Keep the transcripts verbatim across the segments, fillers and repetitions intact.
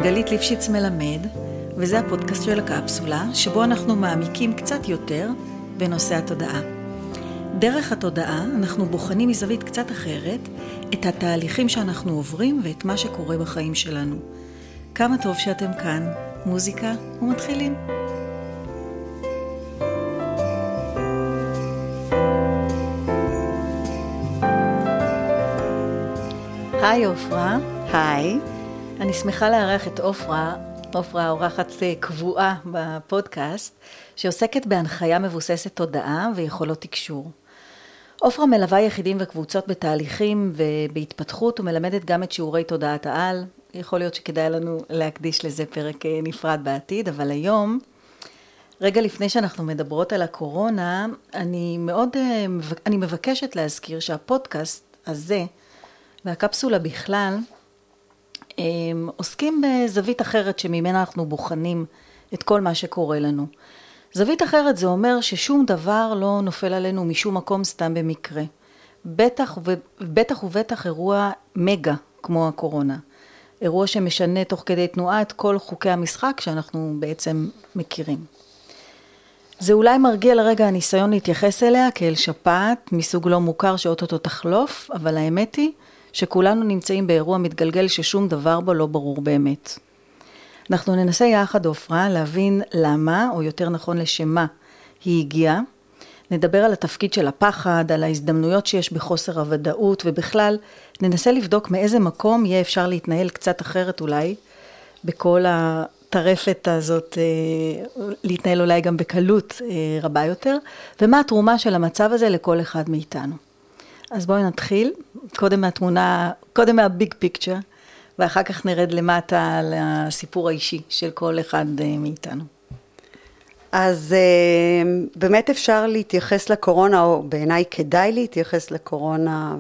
גלית ליפשיץ מלמד, וזה הפודקאסט של הקפסולה, שבו אנחנו מעמיקים קצת יותר בנושא התודעה. דרך התודעה אנחנו בוחנים מזווית קצת אחרת את התהליכים שאנחנו עוברים ואת מה שקורה בחיים שלנו. כמה טוב שאתם כאן, מוזיקה ומתחילים. היי אופרה. היי. אני שמחה לארח את אופרה, אופרה אורחת קבועה בפודקאסט, שעוסקת בהנחיה מבוססת תודעה ויכולות תקשור. אופרה מלווה יחידים וקבוצות בתהליכים ובהתפתחות, ומלמדת גם את שיעורי תודעת העל. יכול להיות שכדאי לנו להקדיש לזה פרק נפרד בעתיד, אבל היום, רגע לפני שאנחנו מדברות על הקורונה, אני מאוד, אני מבקשת להזכיר שהפודקאסט הזה, והקפסולה בכלל, הם עוסקים בזווית אחרת שממנה אנחנו בוחנים את כל מה שקורה לנו. זווית אחרת זה אומר ששום דבר לא נופל עלינו משום מקום סתם במקרה. בטח, ובטח ובטח אירוע מגה כמו הקורונה. אירוע שמשנה תוך כדי תנועה את כל חוקי המשחק שאנחנו בעצם מכירים. זה אולי מרגיע לרגע הניסיון להתייחס אליה כאל שפעת מסוג לא מוכר שאוטוטו תחלוף, אבל האמת היא שכולנו נמצאים באירוע מתגלגל ששום דבר בו לא ברור באמת. אנחנו ננסה יחד אופרה להבין למה, או יותר נכון לשמה, היא הגיעה. נדבר על התפקיד של הפחד, על ההזדמנויות שיש בחוסר הוודאות, ובכלל ננסה לבדוק מאיזה מקום יהיה אפשר להתנהל קצת אחרת אולי, בכל הטרפת הזאת, להתנהל אולי גם בקלות רבה יותר, ומה התרומה של המצב הזה לכל אחד מאיתנו. אז בואי נתחיל, קודם מהתמונה, קודם מהביג פיקצ'ר, ואחר כך נרד למטה לסיפור האישי של כל אחד מאיתנו. אז באמת אפשר להתייחס לקורונה, או בעיניי כדאי להתייחס לקורונה,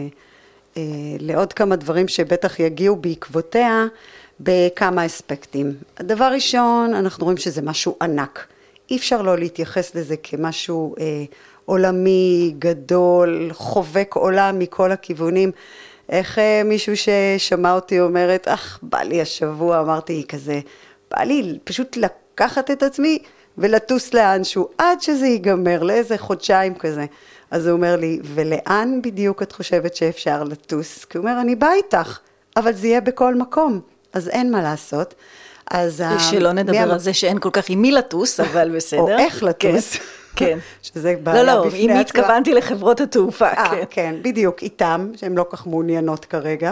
ולעוד כמה דברים שבטח יגיעו בעקבותיה, בכמה אספקטים. הדבר ראשון, אנחנו רואים שזה משהו ענק. אי אפשר לא להתייחס לזה כמשהו עולמי, גדול, חובק עולם מכל הכיוונים. איך מישהו ששמע אותי אומרת, אך, בא לי השבוע, אמרתי כזה, בא לי פשוט לקחת את עצמי ולטוס לאנשהו, עד שזה ייגמר, לאיזה חודשיים כזה. אז הוא אומר לי, ולאן בדיוק את חושבת שאפשר לטוס? כי הוא אומר, אני בא איתך, אבל זה יהיה בכל מקום, אז אין מה לעשות. אז שלא נדבר על זה שאין כל כך עם מי לטוס, אבל בסדר. או איך לטוס. כן. שזה לא, לא, אם התכוונתי לחברות התעופה, כן. כן, בדיוק, איתם, שהן לא כך מעוניינות כרגע.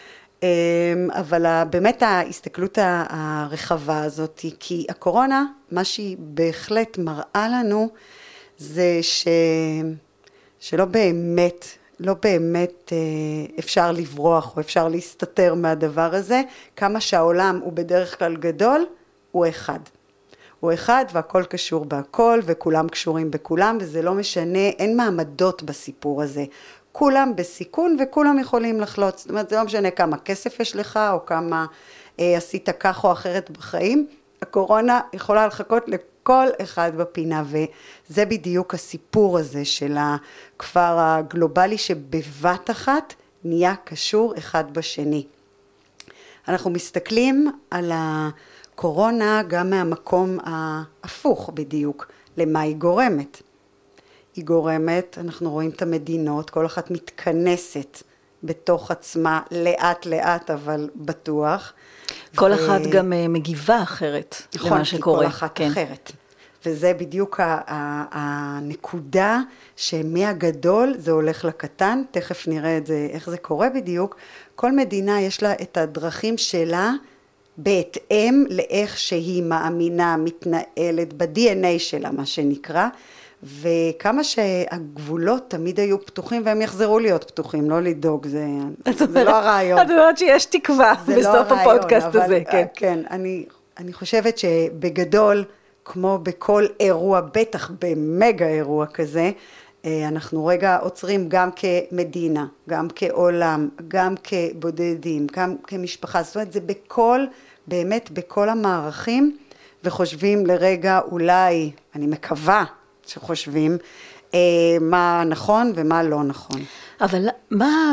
אבל באמת ההסתכלות הרחבה הזאת היא, כי הקורונה, מה שהיא בהחלט מראה לנו, זה ש... שלא באמת, לא באמת אפשר לברוח, או אפשר להסתתר מהדבר הזה, כמה שהעולם הוא בדרך כלל גדול, הוא אחד. הוא אחד והכל קשור בהכל, וכולם קשורים בכולם, וזה לא משנה, אין מעמדות בסיפור הזה. כולם בסיכון וכולם יכולים לחלוץ. זאת אומרת, זה לא משנה כמה כסף יש לך, או כמה אה, עשית כך או אחרת בחיים. הקורונה יכולה לחכות לכל אחד בפינה, וזה בדיוק הסיפור הזה של הכפר הגלובלי, שבבת אחת נהיה קשור אחד בשני. אנחנו מסתכלים על ה... קורונה גם מהמקום ההפוך בדיוק, למה היא גורמת. היא גורמת, אנחנו רואים את המדינות, כל אחת מתכנסת בתוך עצמה, לאט לאט אבל בטוח. כל ו... אחת גם מגיבה אחרת נכון, למה שקורה. נכון, כי כל אחת כן. אחרת. וזה בדיוק הנקודה שמהגדול זה הולך לקטן, תכף נראה את זה, איך זה קורה בדיוק. כל מדינה יש לה את הדרכים שלה, בהתאם לאיך שהיא מאמינה, מתנהלת, ב-די אן איי שלה מה שנקרא, וכמה שהגבולות תמיד היו פתוחים, והם יחזרו להיות פתוחים, לא לדאוג, זה, זה לא הרעיון. את אומרת שיש תקווה בסוף לא הרעיון, הפודקאסט אבל, הזה, כן. כן, אני, אני חושבת שבגדול, כמו בכל אירוע, בטח במגה אירוע כזה, אנחנו רגע עוצרים גם כמדינה, גם כעולם, גם כבודדים, גם כמשפחה, זאת אומרת זה בכל, באמת בכל המערכים, וחושבים לרגע אולי, אני מקווה שחושבים, מה נכון ומה לא נכון. אבל מה,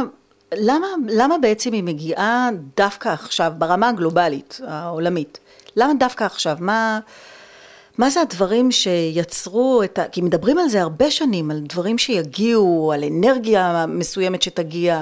למה, למה בעצם היא מגיעה דווקא עכשיו, ברמה הגלובלית, העולמית? למה דווקא עכשיו? מה, מה זה הדברים שיצרו את ה... כי מדברים על זה הרבה שנים, על דברים שיגיעו, על אנרגיה מסוימת שתגיע.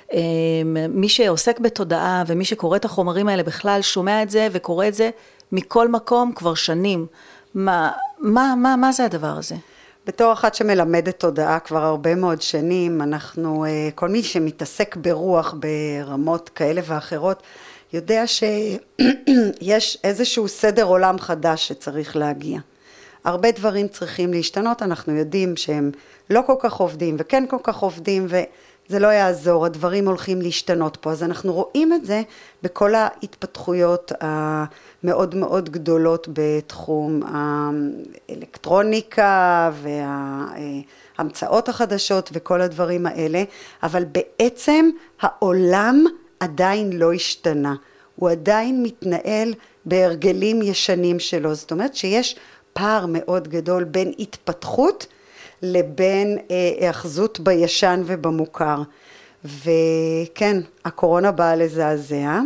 מי שעוסק בתודעה ומי שקורא את החומרים האלה בכלל שומע את זה וקורא את זה מכל מקום כבר שנים. מה, מה, מה, מה זה הדבר הזה? בתור אחת שמלמדת תודעה כבר הרבה מאוד שנים, אנחנו, כל מי שמתעסק ברוח ברמות כאלה ואחרות, יודע שיש איזשהו סדר עולם חדש שצריך להגיע. הרבה דברים צריכים להשתנות, אנחנו יודעים שהם לא כל כך עובדים וכן כל כך עובדים וזה לא יעזור, הדברים הולכים להשתנות פה. אז אנחנו רואים את זה בכל ההתפתחויות המאוד מאוד גדולות בתחום האלקטרוניקה וההמצאות החדשות וכל הדברים האלה, אבל בעצם העולם עדיין לא השתנה, הוא עדיין מתנהל בהרגלים ישנים שלו, זאת אומרת שיש פער מאוד גדול בין התפתחות לבין היאחזות בישן ובמוכר. וכן, הקורונה באה לזעזע.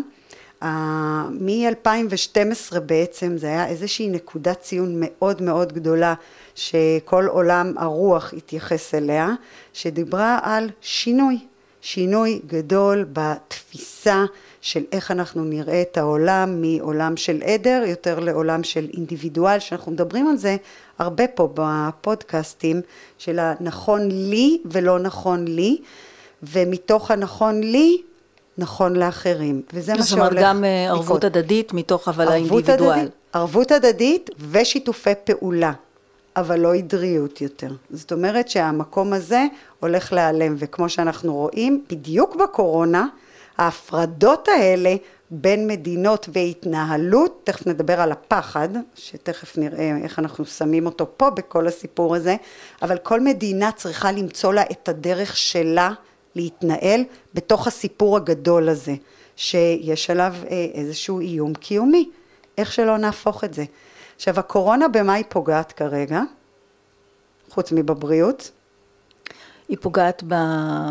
מ-אלפיים ושתים עשרה בעצם זה היה איזושהי נקודת ציון מאוד מאוד גדולה שכל עולם הרוח התייחס אליה, שדיברה על שינוי. שינוי גדול בתפיסה של איך אנחנו נראה את העולם, מעולם של עדר יותר לעולם של אינדיבידואל, שאנחנו מדברים על זה הרבה פה בפודקאסטים, של הנכון לי ולא נכון לי, ומתוך הנכון לי, נכון לאחרים. וזה מה שהולך לקרות. זאת אומרת גם ערבות הדדית מתוך אבל האינדיבידואל. ערבות הדדית ושיתופי פעולה. אבל לא עדריות יותר. זאת אומרת שהמקום הזה הולך להיעלם, וכמו שאנחנו רואים, בדיוק בקורונה, ההפרדות האלה בין מדינות והתנהלות, תכף נדבר על הפחד, שתכף נראה איך אנחנו שמים אותו פה בכל הסיפור הזה, אבל כל מדינה צריכה למצוא לה את הדרך שלה להתנהל בתוך הסיפור הגדול הזה, שיש עליו איזשהו איום קיומי, איך שלא נהפוך את זה. עכשיו, הקורונה במה היא פוגעת כרגע? חוץ מבבריאות? היא פוגעת ב...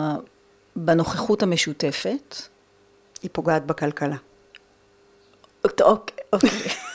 בנוכחות המשותפת. היא פוגעת בכלכלה. אוקיי, אוקיי.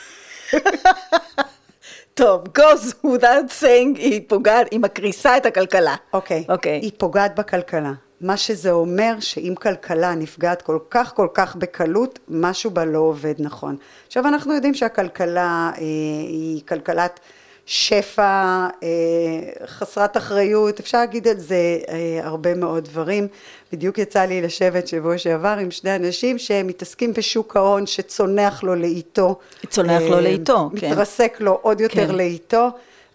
טוב, goes without saying, היא פוגעת, היא מקריסה את הכלכלה. אוקיי, אוקיי. היא פוגעת בכלכלה. מה שזה אומר שאם כלכלה נפגעת כל כך כל כך בקלות, משהו בה לא עובד נכון. עכשיו אנחנו יודעים שהכלכלה אה, היא כלכלת שפע, אה, חסרת אחריות, אפשר להגיד על זה אה, הרבה מאוד דברים. בדיוק יצא לי לשבת שבוע שעבר עם שני אנשים שמתעסקים בשוק ההון שצונח לו לאיתו. צונח אה, לו לאיתו, כן. מתרסק לו עוד יותר כן. לאיתו.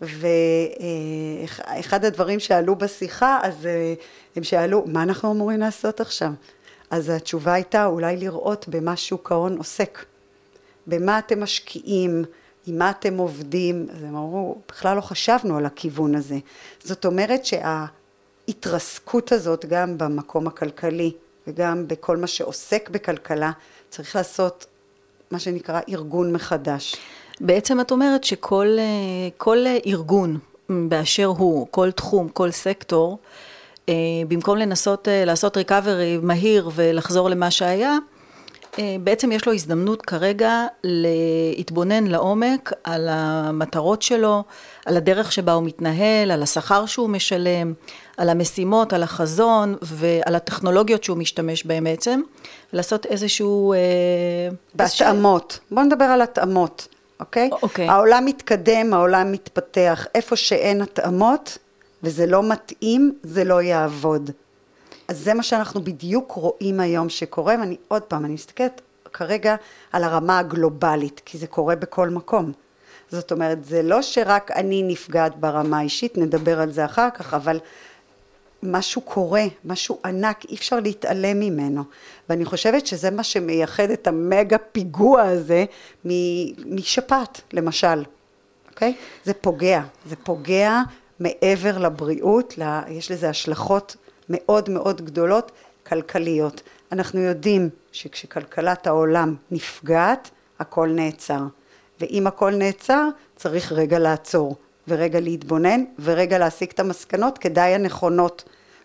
ואחד הדברים שעלו בשיחה, אז הם שאלו, מה אנחנו אמורים לעשות עכשיו? אז התשובה הייתה, אולי לראות במה שוק ההון עוסק. במה אתם משקיעים, עם מה אתם עובדים. אז הם אמרו, בכלל לא חשבנו על הכיוון הזה. זאת אומרת שההתרסקות הזאת, גם במקום הכלכלי, וגם בכל מה שעוסק בכלכלה, צריך לעשות מה שנקרא ארגון מחדש. בעצם את אומרת שכל כל ארגון באשר הוא, כל תחום, כל סקטור, במקום לנסות לעשות ריקאברי מהיר ולחזור למה שהיה, בעצם יש לו הזדמנות כרגע להתבונן לעומק על המטרות שלו, על הדרך שבה הוא מתנהל, על השכר שהוא משלם, על המשימות, על החזון ועל הטכנולוגיות שהוא משתמש בהם בעצם, לעשות איזשהו... בהתאמות. בואו נדבר על התאמות. אוקיי? אוקיי. העולם מתקדם, העולם מתפתח. איפה שאין התאמות, וזה לא מתאים, זה לא יעבוד. אז זה מה שאנחנו בדיוק רואים היום שקורה, ואני עוד פעם, אני מסתכלת כרגע על הרמה הגלובלית, כי זה קורה בכל מקום. זאת אומרת, זה לא שרק אני נפגעת ברמה האישית, נדבר על זה אחר כך, אבל משהו קורה, משהו ענק, אי אפשר להתעלם ממנו. ואני חושבת שזה מה שמייחד את המגה פיגוע הזה משפעת, למשל. אוקיי? זה פוגע, זה פוגע מעבר לבריאות, יש לזה השלכות מאוד מאוד גדולות, כלכליות. אנחנו יודעים שכשכלכלת העולם נפגעת, הכל נעצר. ואם הכל נעצר, צריך רגע לעצור, ורגע להתבונן, ורגע להסיק את המסקנות כדאי הנכונות.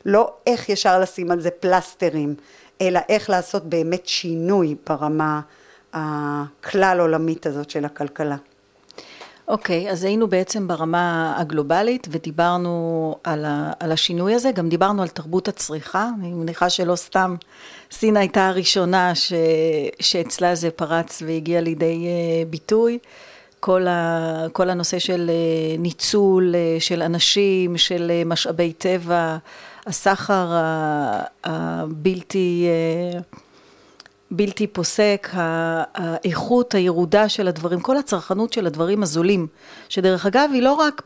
לא איך ישר לשים על זה פלסטרים, אלא איך לעשות באמת שינוי ברמה הכלל עולמית הזאת של הכלכלה. אוקיי, okay, אז היינו בעצם ברמה הגלובלית ודיברנו על, ה, על השינוי הזה, גם דיברנו על תרבות הצריכה, אני מניחה שלא סתם סין הייתה הראשונה ש, שאצלה זה פרץ והגיע לידי ביטוי, כל, ה, כל הנושא של ניצול של אנשים, של משאבי טבע, הסחר הבלתי... בלתי פוסק, האיכות הירודה של הדברים, כל הצרכנות של הדברים הזולים, שדרך אגב היא לא רק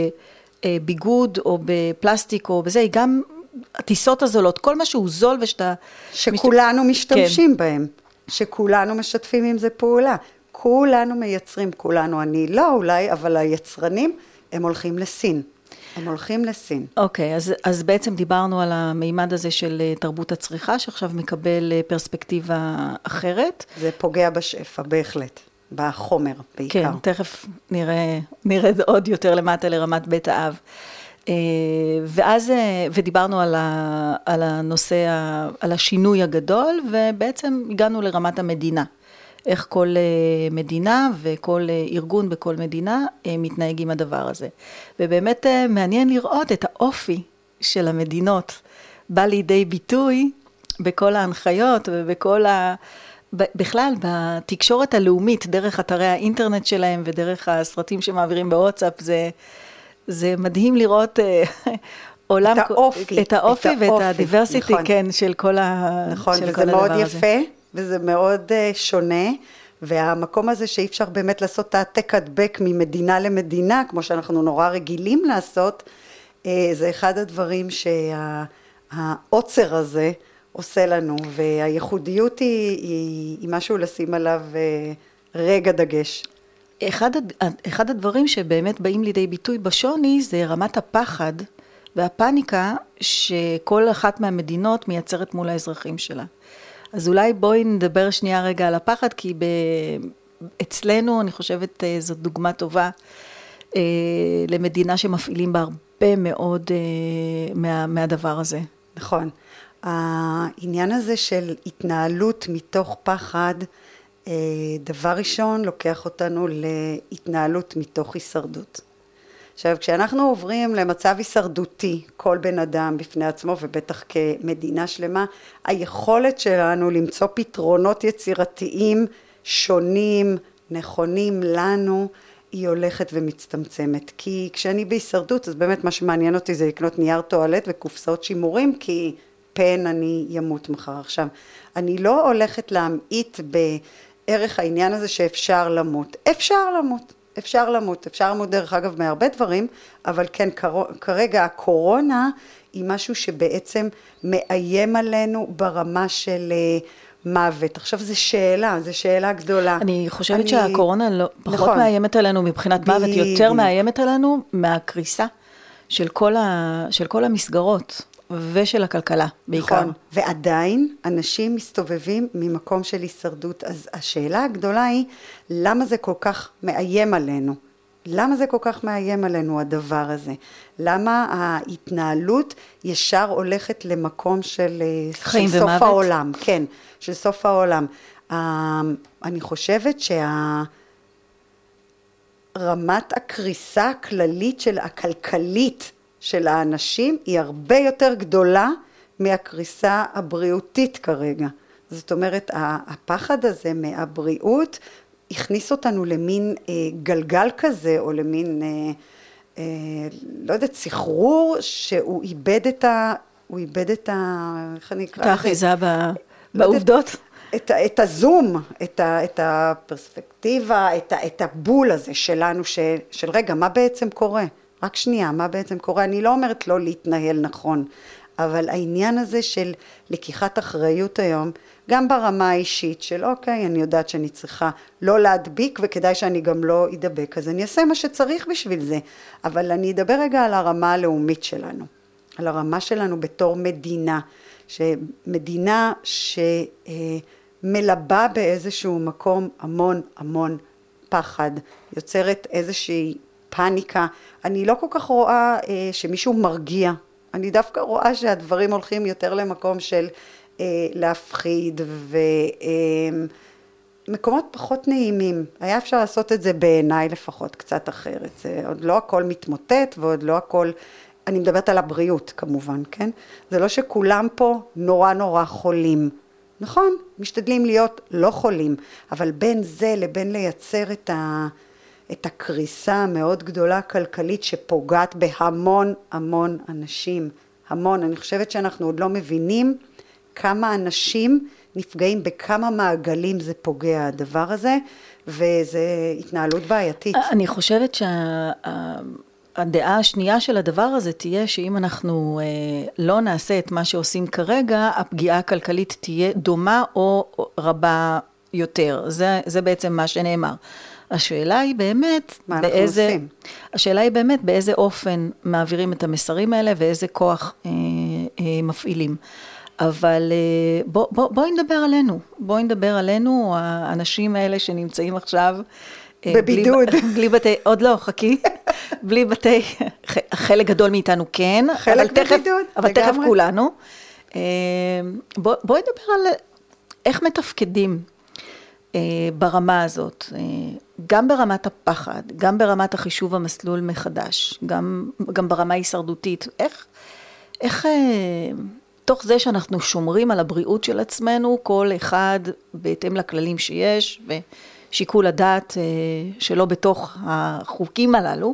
בביגוד או בפלסטיק או בזה, היא גם הטיסות הזולות, כל מה שהוא זול ושאתה... שכולנו משתמשים כן. בהם, שכולנו משתפים עם זה פעולה, כולנו מייצרים, כולנו, אני לא אולי, אבל היצרנים הם הולכים לסין. הם הולכים לסין. אוקיי, okay, אז, אז בעצם דיברנו על המימד הזה של תרבות הצריכה, שעכשיו מקבל פרספקטיבה אחרת. זה פוגע בשפע, בהחלט, בחומר בעיקר. כן, תכף נראה, נרד עוד יותר למטה לרמת בית האב. ואז, ודיברנו על, ה, על הנושא, על השינוי הגדול, ובעצם הגענו לרמת המדינה. איך כל מדינה וכל ארגון בכל מדינה מתנהג עם הדבר הזה. ובאמת מעניין לראות את האופי של המדינות בא לידי ביטוי בכל ההנחיות ובכל ה... בכלל בתקשורת הלאומית, דרך אתרי האינטרנט שלהם ודרך הסרטים שמעבירים בוואטסאפ, זה, זה מדהים לראות עולם... את האופי. את האופי ואת הדיברסיטי, נכון. כן, של כל, ה... נכון, של וזה כל הדבר מאוד הזה. יפה. וזה מאוד uh, שונה, והמקום הזה שאי אפשר באמת לעשות את העתק הדבק ממדינה למדינה, כמו שאנחנו נורא רגילים לעשות, uh, זה אחד הדברים שהעוצר הזה עושה לנו, והייחודיות היא, היא, היא משהו לשים עליו uh, רגע דגש. אחד, אחד הדברים שבאמת באים לידי ביטוי בשוני, זה רמת הפחד והפניקה שכל אחת מהמדינות מייצרת מול האזרחים שלה. אז אולי בואי נדבר שנייה רגע על הפחד, כי ב... אצלנו, אני חושבת, זו דוגמה טובה אה, למדינה שמפעילים בה הרבה מאוד אה, מה, מהדבר הזה. נכון. העניין הזה של התנהלות מתוך פחד, אה, דבר ראשון לוקח אותנו להתנהלות מתוך הישרדות. עכשיו, כשאנחנו עוברים למצב הישרדותי, כל בן אדם בפני עצמו, ובטח כמדינה שלמה, היכולת שלנו למצוא פתרונות יצירתיים, שונים, נכונים לנו, היא הולכת ומצטמצמת. כי כשאני בהישרדות, אז באמת מה שמעניין אותי זה לקנות נייר טואלט וקופסאות שימורים, כי פן אני ימות מחר. עכשיו, אני לא הולכת להמעיט בערך העניין הזה שאפשר למות. אפשר למות. אפשר למות, אפשר למות דרך אגב מהרבה דברים, אבל כן, כרגע הקורונה היא משהו שבעצם מאיים עלינו ברמה של מוות. עכשיו זו שאלה, זו שאלה גדולה. אני חושבת אני... שהקורונה לא, פחות נכון. מאיימת עלינו מבחינת מוות, ב... יותר מאיימת עלינו מהקריסה של כל, ה... של כל המסגרות. ושל הכלכלה בעיקר. נכון, ועדיין אנשים מסתובבים ממקום של הישרדות, אז השאלה הגדולה היא, למה זה כל כך מאיים עלינו? למה זה כל כך מאיים עלינו הדבר הזה? למה ההתנהלות ישר הולכת למקום של, של סוף ומוות? העולם? כן, של סוף העולם. אני חושבת שהרמת הקריסה הכללית של הכלכלית, של האנשים היא הרבה יותר גדולה מהקריסה הבריאותית כרגע. זאת אומרת, הפחד הזה מהבריאות הכניס אותנו למין אה, גלגל כזה, או למין, אה, אה, לא יודעת, סחרור, שהוא איבד את ה... הוא איבד את ה... איך אני אקרא? את האחיזה בעובדות? את, את הזום, את, ה, את הפרספקטיבה, את, ה, את הבול הזה שלנו, ש, של רגע, מה בעצם קורה? רק שנייה, מה בעצם קורה? אני לא אומרת לא להתנהל נכון, אבל העניין הזה של לקיחת אחריות היום, גם ברמה האישית של אוקיי, אני יודעת שאני צריכה לא להדביק, וכדאי שאני גם לא אדבק, אז אני אעשה מה שצריך בשביל זה, אבל אני אדבר רגע על הרמה הלאומית שלנו, על הרמה שלנו בתור מדינה, שמדינה שמלבה באיזשהו מקום המון המון פחד, יוצרת איזושהי פאניקה, אני לא כל כך רואה אה, שמישהו מרגיע אני דווקא רואה שהדברים הולכים יותר למקום של אה, להפחיד ומקומות אה, פחות נעימים. היה אפשר לעשות את זה בעיניי לפחות קצת אחרת. זה עוד לא הכל מתמוטט ועוד לא הכל, אני מדברת על הבריאות כמובן, כן? זה לא שכולם פה נורא נורא חולים. נכון, משתדלים להיות לא חולים, אבל בין זה לבין לייצר את ה... את הקריסה המאוד גדולה כלכלית שפוגעת בהמון המון אנשים, המון. אני חושבת שאנחנו עוד לא מבינים כמה אנשים נפגעים, בכמה מעגלים זה פוגע הדבר הזה, וזה התנהלות בעייתית. אני חושבת שהדעה השנייה של הדבר הזה תהיה שאם אנחנו לא נעשה את מה שעושים כרגע, הפגיעה הכלכלית תהיה דומה או רבה יותר. זה, זה בעצם מה שנאמר. השאלה היא באמת באיזה, השאלה היא באמת באיזה אופן מעבירים את המסרים האלה ואיזה כוח אה, אה, מפעילים. אבל אה, בוא, בוא, בואי נדבר עלינו, בואי נדבר עלינו, האנשים האלה שנמצאים עכשיו, אה, בבידוד. בלי, בלי בתי, עוד לא, חכי, בלי בתי, חלק גדול מאיתנו כן, חלק אבל תכף, בבידוד, אבל תכף כולנו. אה, בוא, בואי נדבר על איך מתפקדים. ברמה הזאת, גם ברמת הפחד, גם ברמת החישוב המסלול מחדש, גם, גם ברמה הישרדותית, איך, איך, תוך זה שאנחנו שומרים על הבריאות של עצמנו, כל אחד בהתאם לכללים שיש, ושיקול הדעת שלא בתוך החוקים הללו,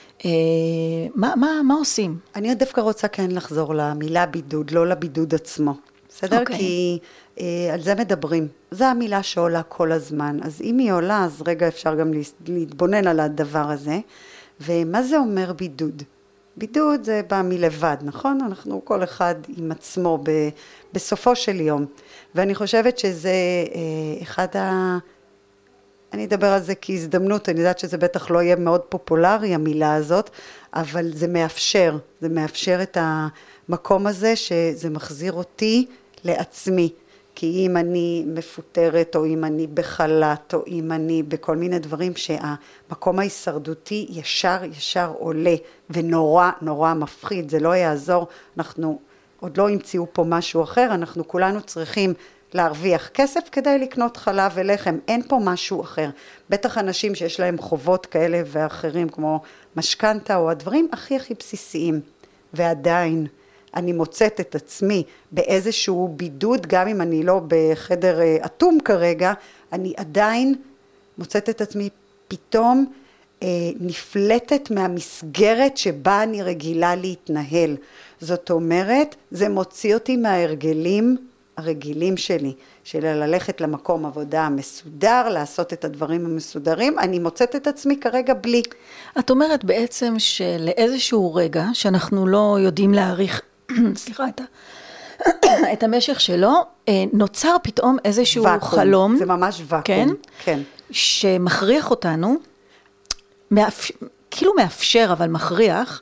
מה, מה, מה עושים? אני דווקא רוצה כן לחזור למילה בידוד, לא לבידוד עצמו. בסדר? Okay. כי אה, על זה מדברים. זו המילה שעולה כל הזמן. אז אם היא עולה, אז רגע אפשר גם להתבונן על הדבר הזה. ומה זה אומר בידוד? בידוד זה בא מלבד, נכון? אנחנו כל אחד עם עצמו ב, בסופו של יום. ואני חושבת שזה אה, אחד ה... אני אדבר על זה כהזדמנות, אני יודעת שזה בטח לא יהיה מאוד פופולרי המילה הזאת, אבל זה מאפשר, זה מאפשר את המקום הזה שזה מחזיר אותי לעצמי. כי אם אני מפוטרת או אם אני בחל"ת או אם אני בכל מיני דברים שהמקום ההישרדותי ישר ישר עולה ונורא נורא מפחיד, זה לא יעזור, אנחנו עוד לא המציאו פה משהו אחר, אנחנו כולנו צריכים להרוויח כסף כדי לקנות חלב ולחם, אין פה משהו אחר. בטח אנשים שיש להם חובות כאלה ואחרים כמו משכנתה או הדברים הכי הכי בסיסיים. ועדיין אני מוצאת את עצמי באיזשהו בידוד, גם אם אני לא בחדר אטום כרגע, אני עדיין מוצאת את עצמי פתאום אה, נפלטת מהמסגרת שבה אני רגילה להתנהל. זאת אומרת, זה מוציא אותי מההרגלים הרגילים שלי, של ללכת למקום עבודה מסודר, לעשות את הדברים המסודרים, אני מוצאת את עצמי כרגע בלי. את אומרת בעצם שלאיזשהו רגע, שאנחנו לא יודעים להעריך, סליחה, את, ה... את המשך שלו, נוצר פתאום איזשהו וקום, חלום. זה ממש וקום. כן? כן. שמכריח אותנו, מאפ... כאילו מאפשר אבל מכריח,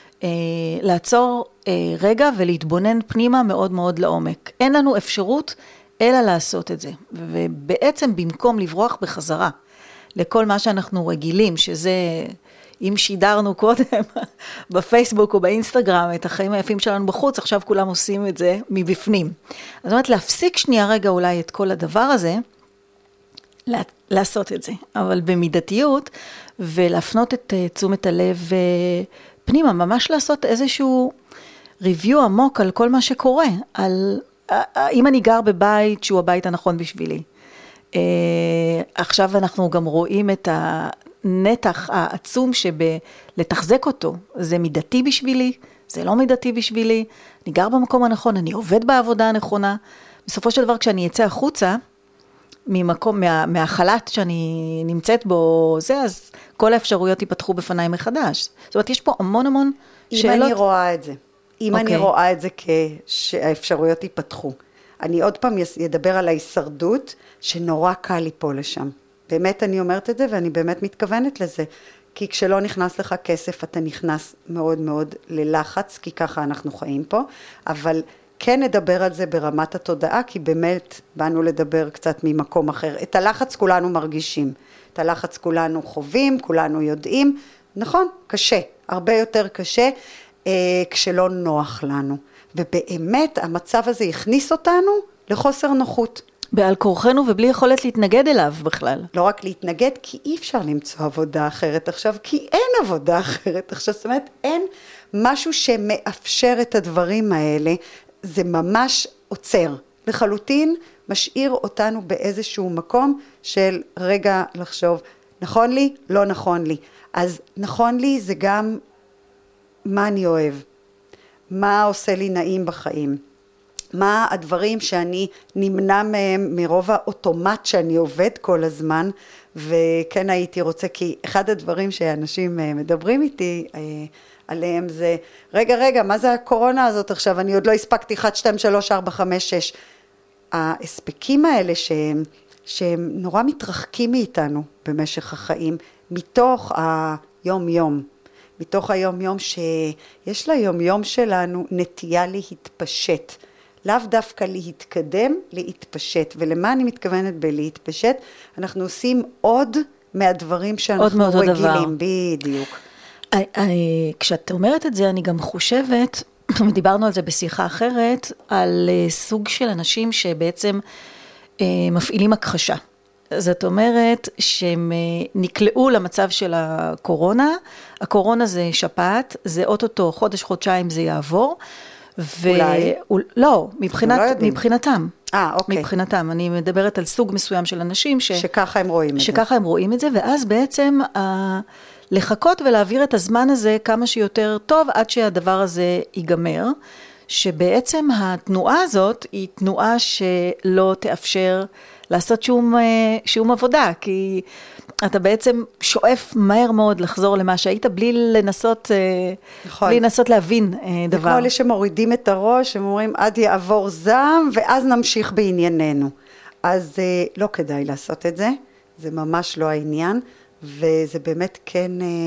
לעצור רגע ולהתבונן פנימה מאוד מאוד לעומק. אין לנו אפשרות אלא לעשות את זה. ובעצם במקום לברוח בחזרה לכל מה שאנחנו רגילים, שזה אם שידרנו קודם בפייסבוק או באינסטגרם את החיים היפים שלנו בחוץ, עכשיו כולם עושים את זה מבפנים. זאת אומרת, להפסיק שנייה רגע אולי את כל הדבר הזה, לעשות את זה. אבל במידתיות, ולהפנות את תשומת הלב פנימה, ממש לעשות איזשהו ריוויו עמוק על כל מה שקורה, על אם אני גר בבית שהוא הבית הנכון בשבילי. עכשיו אנחנו גם רואים את הנתח העצום שבלתחזק אותו, זה מידתי בשבילי, זה לא מידתי בשבילי, אני גר במקום הנכון, אני עובד בעבודה הנכונה, בסופו של דבר כשאני אצא החוצה, ממקום, מה, מהחלט שאני נמצאת בו, זה, אז כל האפשרויות ייפתחו בפניי מחדש. זאת אומרת, יש פה המון המון אם שאלות. אם אני רואה את זה, אם okay. אני רואה את זה כשהאפשרויות ייפתחו. אני עוד פעם ידבר על ההישרדות, שנורא קל ליפול לשם. באמת אני אומרת את זה, ואני באמת מתכוונת לזה. כי כשלא נכנס לך כסף, אתה נכנס מאוד מאוד ללחץ, כי ככה אנחנו חיים פה, אבל כן נדבר על זה ברמת התודעה, כי באמת באנו לדבר קצת ממקום אחר. את הלחץ כולנו מרגישים, את הלחץ כולנו חווים, כולנו יודעים, נכון, קשה, הרבה יותר קשה. אה, כשלא נוח לנו. ובאמת המצב הזה הכניס אותנו לחוסר נוחות. בעל כורחנו ובלי יכולת להתנגד אליו בכלל. לא רק להתנגד, כי אי אפשר למצוא עבודה אחרת עכשיו, כי אין עבודה אחרת עכשיו, זאת אומרת, אין משהו שמאפשר את הדברים האלה, זה ממש עוצר. לחלוטין משאיר אותנו באיזשהו מקום של רגע לחשוב, נכון לי? לא נכון לי. אז נכון לי זה גם מה אני אוהב, מה עושה לי נעים בחיים. מה הדברים שאני נמנע מהם מרוב האוטומט שאני עובד כל הזמן, וכן הייתי רוצה, כי אחד הדברים שאנשים מדברים איתי עליהם זה, רגע רגע, מה זה הקורונה הזאת עכשיו? אני עוד לא הספקתי אחת, שתיים, שלוש, ארבע, חמש, שש. ההספקים האלה שהם, שהם נורא מתרחקים מאיתנו במשך החיים, מתוך היום יום. מתוך היום יום שיש ליום יום שלנו נטייה להתפשט. לאו דווקא להתקדם, להתפשט. ולמה אני מתכוונת בלהתפשט? אנחנו עושים עוד מהדברים שאנחנו רגילים. בדיוק. כשאת אומרת את זה, אני גם חושבת, דיברנו על זה בשיחה אחרת, על סוג של אנשים שבעצם מפעילים הכחשה. זאת אומרת שהם נקלעו למצב של הקורונה, הקורונה זה שפעת, זה אוטוטו, חודש, חודשיים זה יעבור, ו... אולי? לא, מבחינת, לא מבחינתם. אה, אוקיי. מבחינתם, אני מדברת על סוג מסוים של אנשים ש... שככה הם רואים את זה. שככה הם רואים את זה, ואז בעצם ה... לחכות ולהעביר את הזמן הזה כמה שיותר טוב, עד שהדבר הזה ייגמר, שבעצם התנועה הזאת היא תנועה שלא תאפשר לעשות שום, שום עבודה, כי אתה בעצם שואף מהר מאוד לחזור למה שהיית, בלי לנסות, נכון. בלי לנסות להבין דבר. זה כמו אלה שמורידים את הראש, הם אומרים עד יעבור זעם, ואז נמשיך בענייננו. אז לא כדאי לעשות את זה, זה ממש לא העניין, וזה באמת כן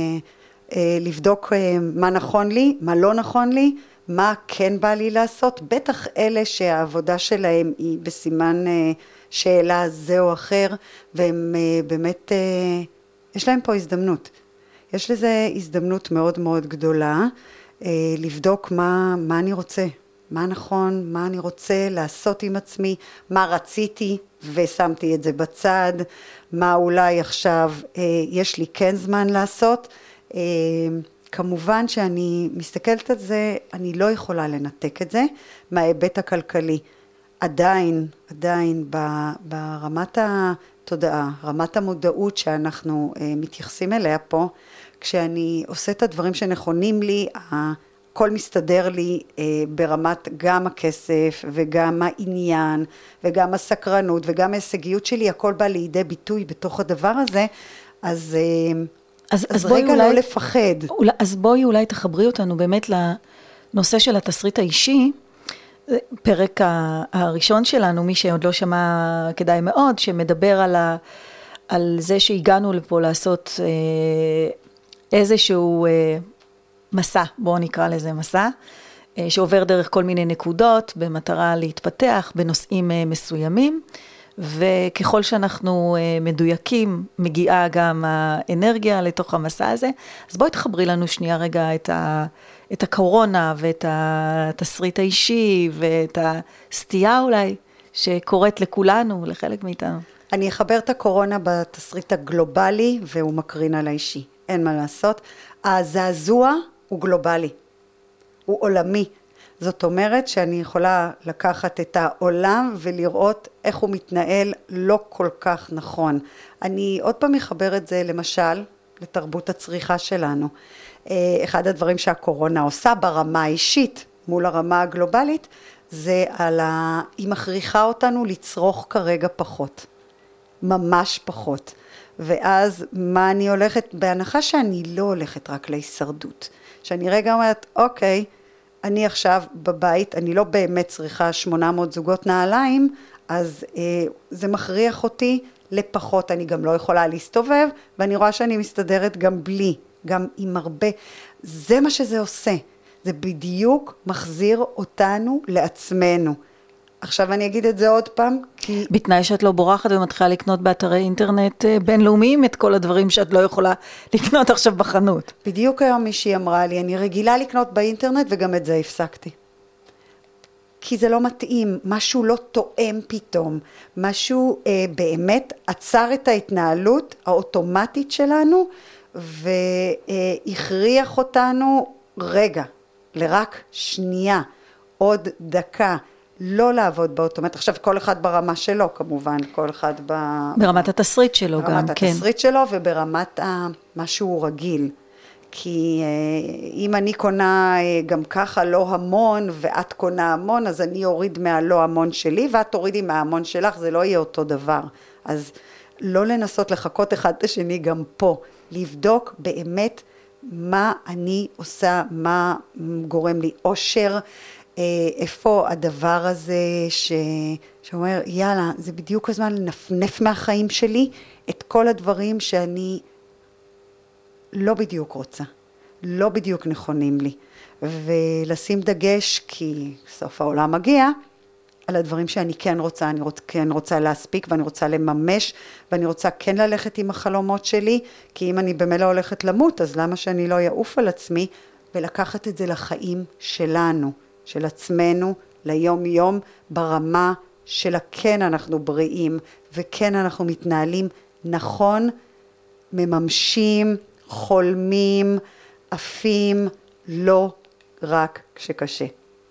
לבדוק מה נכון לי, מה לא נכון לי, מה כן בא לי לעשות, בטח אלה שהעבודה שלהם היא בסימן שאלה זה או אחר, והם באמת, יש להם פה הזדמנות. יש לזה הזדמנות מאוד מאוד גדולה, לבדוק מה, מה אני רוצה, מה נכון, מה אני רוצה לעשות עם עצמי, מה רציתי ושמתי את זה בצד, מה אולי עכשיו יש לי כן זמן לעשות. כמובן שאני מסתכלת על זה, אני לא יכולה לנתק את זה מההיבט הכלכלי. עדיין, עדיין ברמת התודעה, רמת המודעות שאנחנו מתייחסים אליה פה, כשאני עושה את הדברים שנכונים לי, הכל מסתדר לי ברמת גם הכסף וגם העניין וגם הסקרנות וגם ההישגיות שלי, הכל בא לידי ביטוי בתוך הדבר הזה, אז... אז, אז, אז רגע אולי, לא לפחד. אולי, אז בואי אולי תחברי אותנו באמת לנושא של התסריט האישי, פרק הראשון שלנו, מי שעוד לא שמע כדאי מאוד, שמדבר על, ה, על זה שהגענו לפה לעשות אה, איזשהו אה, מסע, בואו נקרא לזה מסע, אה, שעובר דרך כל מיני נקודות, במטרה להתפתח בנושאים אה, מסוימים, וככל שאנחנו מדויקים, מגיעה גם האנרגיה לתוך המסע הזה. אז בואי תחברי לנו שנייה רגע את, ה, את הקורונה ואת התסריט האישי ואת הסטייה אולי שקורית לכולנו, לחלק מאיתנו. אני אחבר את הקורונה בתסריט הגלובלי והוא מקרין על האישי. אין מה לעשות. הזעזוע הוא גלובלי, הוא עולמי. זאת אומרת שאני יכולה לקחת את העולם ולראות איך הוא מתנהל לא כל כך נכון. אני עוד פעם אחבר את זה למשל לתרבות הצריכה שלנו. אחד הדברים שהקורונה עושה ברמה האישית מול הרמה הגלובלית, זה על ה... היא מכריחה אותנו לצרוך כרגע פחות. ממש פחות. ואז מה אני הולכת? בהנחה שאני לא הולכת רק להישרדות. שאני רגע אומרת, אוקיי, אני עכשיו בבית, אני לא באמת צריכה שמונה מאות זוגות נעליים, אז אה, זה מכריח אותי לפחות, אני גם לא יכולה להסתובב, ואני רואה שאני מסתדרת גם בלי, גם עם הרבה. זה מה שזה עושה, זה בדיוק מחזיר אותנו לעצמנו. עכשיו אני אגיד את זה עוד פעם, כי... בתנאי שאת לא בורחת ומתחילה לקנות באתרי אינטרנט בינלאומיים את כל הדברים שאת לא יכולה לקנות עכשיו בחנות. בדיוק היום מישהי אמרה לי, אני רגילה לקנות באינטרנט וגם את זה הפסקתי. כי זה לא מתאים, משהו לא תואם פתאום, משהו אה, באמת עצר את ההתנהלות האוטומטית שלנו, והכריח אותנו רגע, לרק שנייה, עוד דקה, לא לעבוד באוטומט. עכשיו כל אחד ברמה שלו כמובן, כל אחד ב... ברמת התסריט שלו גם, כן. ברמת התסריט שלו וברמת ה... מה שהוא רגיל. כי אם אני קונה גם ככה לא המון ואת קונה המון, אז אני אוריד מהלא המון שלי ואת תורידי מההמון שלך, זה לא יהיה אותו דבר. אז לא לנסות לחכות אחד את השני גם פה, לבדוק באמת מה אני עושה, מה גורם לי אושר, איפה הדבר הזה ש... שאומר יאללה, זה בדיוק הזמן לנפנף מהחיים שלי את כל הדברים שאני לא בדיוק רוצה, לא בדיוק נכונים לי, ולשים דגש כי סוף העולם מגיע על הדברים שאני כן רוצה, אני רוצ, כן רוצה להספיק ואני רוצה לממש ואני רוצה כן ללכת עם החלומות שלי, כי אם אני במילא הולכת למות אז למה שאני לא יעוף על עצמי, ולקחת את זה לחיים שלנו, של עצמנו, ליום יום, ברמה של הכן אנחנו בריאים וכן אנחנו מתנהלים נכון, מממשים, חולמים, עפים, לא רק כשקשה.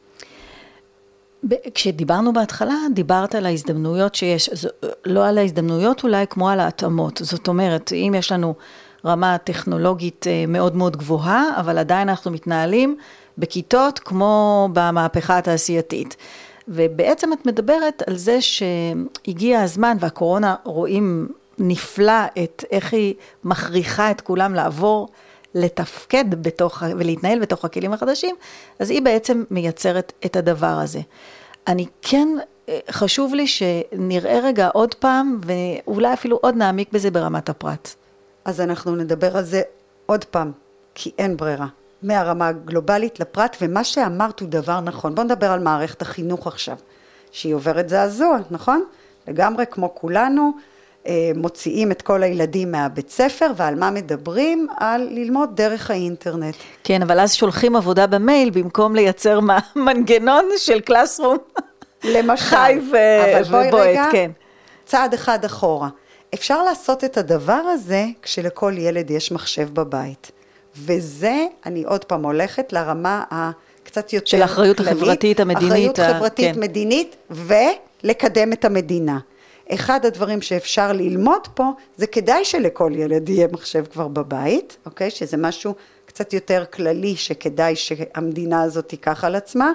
כשדיברנו בהתחלה, דיברת על ההזדמנויות שיש, לא על ההזדמנויות אולי כמו על ההתאמות. זאת אומרת, אם יש לנו רמה טכנולוגית מאוד מאוד גבוהה, אבל עדיין אנחנו מתנהלים בכיתות כמו במהפכה התעשייתית. ובעצם את מדברת על זה שהגיע הזמן, והקורונה רואים נפלא את איך היא מכריחה את כולם לעבור, לתפקד בתוך, ולהתנהל בתוך הכלים החדשים, אז היא בעצם מייצרת את הדבר הזה. אני כן, חשוב לי שנראה רגע עוד פעם, ואולי אפילו עוד נעמיק בזה ברמת הפרט. אז אנחנו נדבר על זה עוד פעם, כי אין ברירה. מהרמה הגלובלית לפרט, ומה שאמרת הוא דבר נכון. בוא נדבר על מערכת החינוך עכשיו, שהיא עוברת זעזוע, נכון? לגמרי כמו כולנו, מוציאים את כל הילדים מהבית ספר, ועל מה מדברים? על ללמוד דרך האינטרנט. כן, אבל אז שולחים עבודה במייל, במקום לייצר מנגנון של קלאסרום. למשל. חי ובועט, כן. צעד אחד אחורה. אפשר לעשות את הדבר הזה, כשלכל ילד יש מחשב בבית. וזה, אני עוד פעם הולכת לרמה הקצת יותר של האחריות החברתית המדינית. אחריות חברתית מדינית, ולקדם את המדינה. אחד הדברים שאפשר ללמוד פה, זה כדאי שלכל ילד יהיה מחשב כבר בבית, אוקיי? שזה משהו קצת יותר כללי, שכדאי שהמדינה הזאת תיקח על עצמה,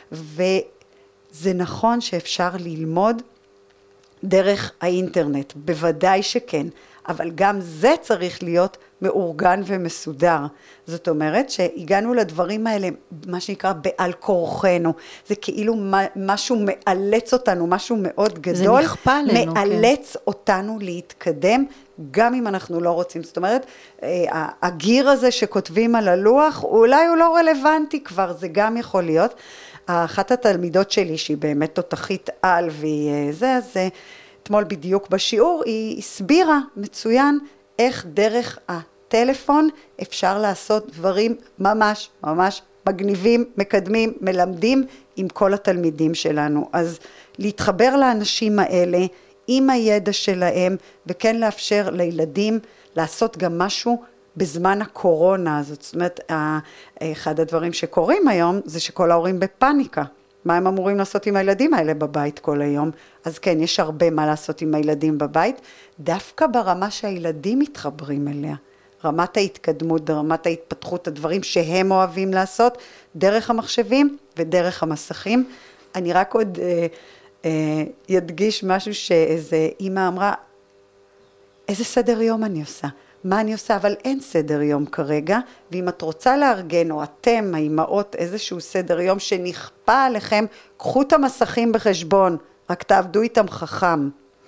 וזה נכון שאפשר ללמוד דרך האינטרנט, בוודאי שכן, אבל גם זה צריך להיות מאורגן ומסודר. זאת אומרת שהגענו לדברים האלה, מה שנקרא בעל כורחנו, זה כאילו משהו מאלץ אותנו, משהו מאוד גדול, זה נכפה עלינו, מאלץ כן. אותנו להתקדם, גם אם אנחנו לא רוצים. זאת אומרת, הגיר הזה שכותבים על הלוח, אולי הוא לא רלוונטי כבר, זה גם יכול להיות. אחת התלמידות שלי, שהיא באמת תותחית על, והיא זה, זה, אתמול בדיוק בשיעור, היא הסבירה מצוין, איך דרך הטלפון אפשר לעשות דברים ממש ממש מגניבים, מקדמים, מלמדים עם כל התלמידים שלנו. אז להתחבר לאנשים האלה עם הידע שלהם, וכן לאפשר לילדים לעשות גם משהו בזמן הקורונה הזאת. זאת אומרת, אחד הדברים שקורים היום זה שכל ההורים בפאניקה. מה הם אמורים לעשות עם הילדים האלה בבית כל היום? אז כן, יש הרבה מה לעשות עם הילדים בבית, דווקא ברמה שהילדים מתחברים אליה. רמת ההתקדמות, רמת ההתפתחות, הדברים שהם אוהבים לעשות, דרך המחשבים ודרך המסכים. אני רק עוד אה, אה, ידגיש משהו שאיזה אמא אמרה, איזה סדר יום אני עושה? מה אני עושה? אבל אין סדר יום כרגע, ואם את רוצה לארגן, או אתם, האימהות, איזשהו סדר יום שנכפה עליכם, קחו את המסכים בחשבון, רק תעבדו איתם חכם.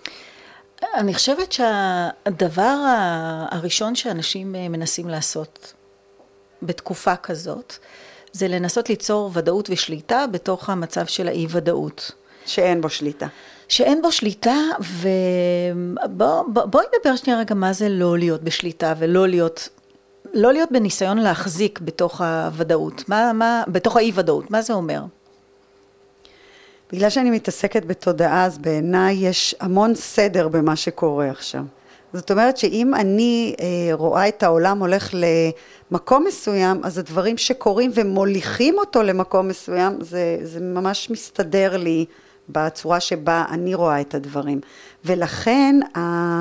אני חושבת שהדבר הראשון שאנשים מנסים לעשות בתקופה כזאת, זה לנסות ליצור ודאות ושליטה בתוך המצב של האי-ודאות. שאין בו שליטה. שאין בו שליטה, ובואי בוא, בוא נדבר שנייה רגע מה זה לא להיות בשליטה, ולא להיות, לא להיות בניסיון להחזיק בתוך הוודאות, מה, מה, בתוך האי-ודאות, מה זה אומר? בגלל שאני מתעסקת בתודעה, אז בעיניי יש המון סדר במה שקורה עכשיו. זאת אומרת שאם אני אה, רואה את העולם הולך למקום מסוים, אז הדברים שקורים ומוליכים אותו למקום מסוים, זה, זה ממש מסתדר לי בצורה שבה אני רואה את הדברים. ולכן ה,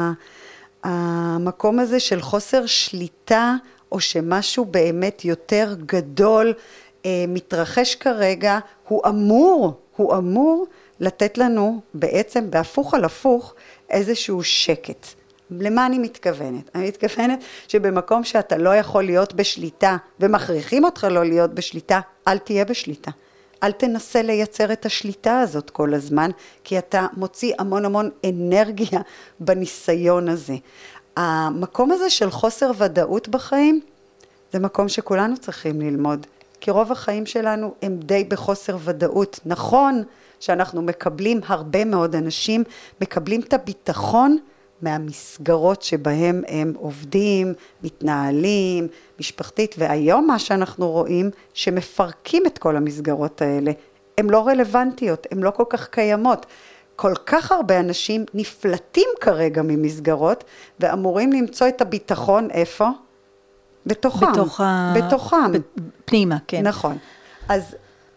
המקום הזה של חוסר שליטה, או שמשהו באמת יותר גדול אה, מתרחש כרגע, הוא אמור, הוא אמור לתת לנו בעצם בהפוך על הפוך איזשהו שקט. למה אני מתכוונת? אני מתכוונת שבמקום שאתה לא יכול להיות בשליטה, ומכריחים אותך לא להיות בשליטה, אל תהיה בשליטה. אל תנסה לייצר את השליטה הזאת כל הזמן, כי אתה מוציא המון המון אנרגיה בניסיון הזה. המקום הזה של חוסר ודאות בחיים, זה מקום שכולנו צריכים ללמוד. כי רוב החיים שלנו הם די בחוסר ודאות. נכון שאנחנו מקבלים, הרבה מאוד אנשים מקבלים את הביטחון מהמסגרות שבהם הם עובדים, מתנהלים, משפחתית, והיום מה שאנחנו רואים שמפרקים את כל המסגרות האלה. הן לא רלוונטיות, הן לא כל כך קיימות. כל כך הרבה אנשים נפלטים כרגע ממסגרות, ואמורים למצוא את הביטחון איפה? בתוכם. בתוך ה... בתוכם. פנימה, כן. נכון. אז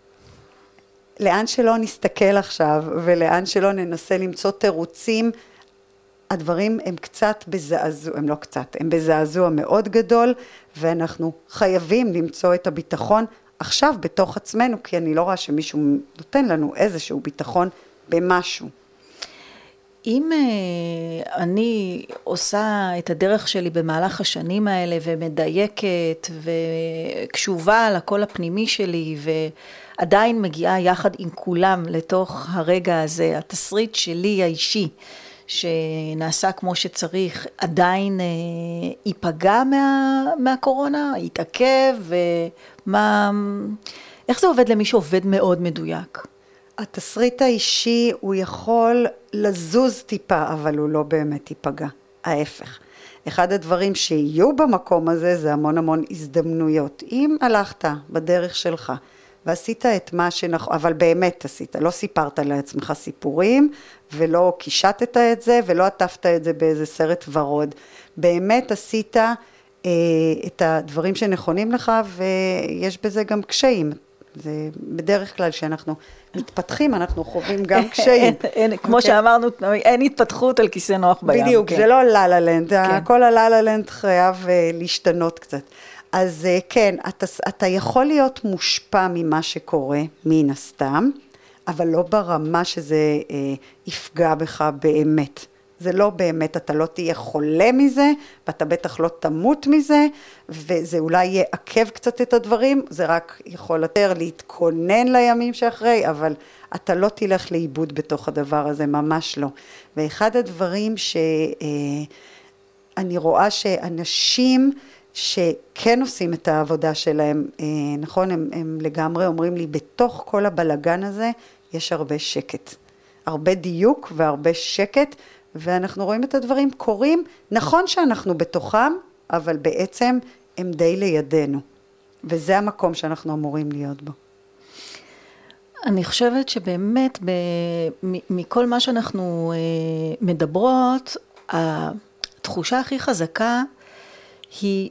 לאן שלא נסתכל עכשיו, ולאן שלא ננסה למצוא תירוצים, הדברים הם קצת בזעזוע, הם לא קצת, הם בזעזוע מאוד גדול, ואנחנו חייבים למצוא את הביטחון עכשיו בתוך עצמנו, כי אני לא רואה שמישהו נותן לנו איזשהו ביטחון במשהו. אם uh, אני עושה את הדרך שלי במהלך השנים האלה, ומדייקת, וקשובה לקול הפנימי שלי, ועדיין מגיעה יחד עם כולם לתוך הרגע הזה, התסריט שלי האישי, שנעשה כמו שצריך, עדיין אה, ייפגע מה, מהקורונה, יתעכב, ומה, איך זה עובד למי שעובד מאוד מדויק? התסריט האישי הוא יכול לזוז טיפה, אבל הוא לא באמת ייפגע, ההפך. אחד הדברים שיהיו במקום הזה, זה המון המון הזדמנויות. אם הלכת בדרך שלך, ועשית את מה שנכון, אבל באמת עשית, לא סיפרת לעצמך סיפורים, ולא קישטת את זה, ולא עטפת את זה באיזה סרט ורוד. באמת עשית אה, את הדברים שנכונים לך, ויש בזה גם קשיים. זה בדרך כלל שאנחנו מתפתחים, אנחנו חווים גם קשיים. אין, אין, כמו שאמרנו, אין התפתחות על כיסא נוח בים. בדיוק, כן. זה לא לה-לה-לנד, כן. כל הלה-לה-לנד חייב להשתנות קצת. אז כן, אתה, אתה יכול להיות מושפע ממה שקורה, מן הסתם, אבל לא ברמה שזה אה, יפגע בך באמת. זה לא באמת, אתה לא תהיה חולה מזה, ואתה בטח לא תמות מזה, וזה אולי יעכב קצת את הדברים, זה רק יכול יותר להתכונן לימים שאחרי, אבל אתה לא תלך לאיבוד בתוך הדבר הזה, ממש לא. ואחד הדברים שאני רואה שאנשים שכן עושים את העבודה שלהם, נכון, הם, הם לגמרי אומרים לי, בתוך כל הבלגן הזה יש הרבה שקט, הרבה דיוק והרבה שקט, ואנחנו רואים את הדברים קורים, נכון שאנחנו בתוכם, אבל בעצם הם די לידינו, וזה המקום שאנחנו אמורים להיות בו. אני חושבת שבאמת ב, מכל מה שאנחנו מדברות, התחושה הכי חזקה היא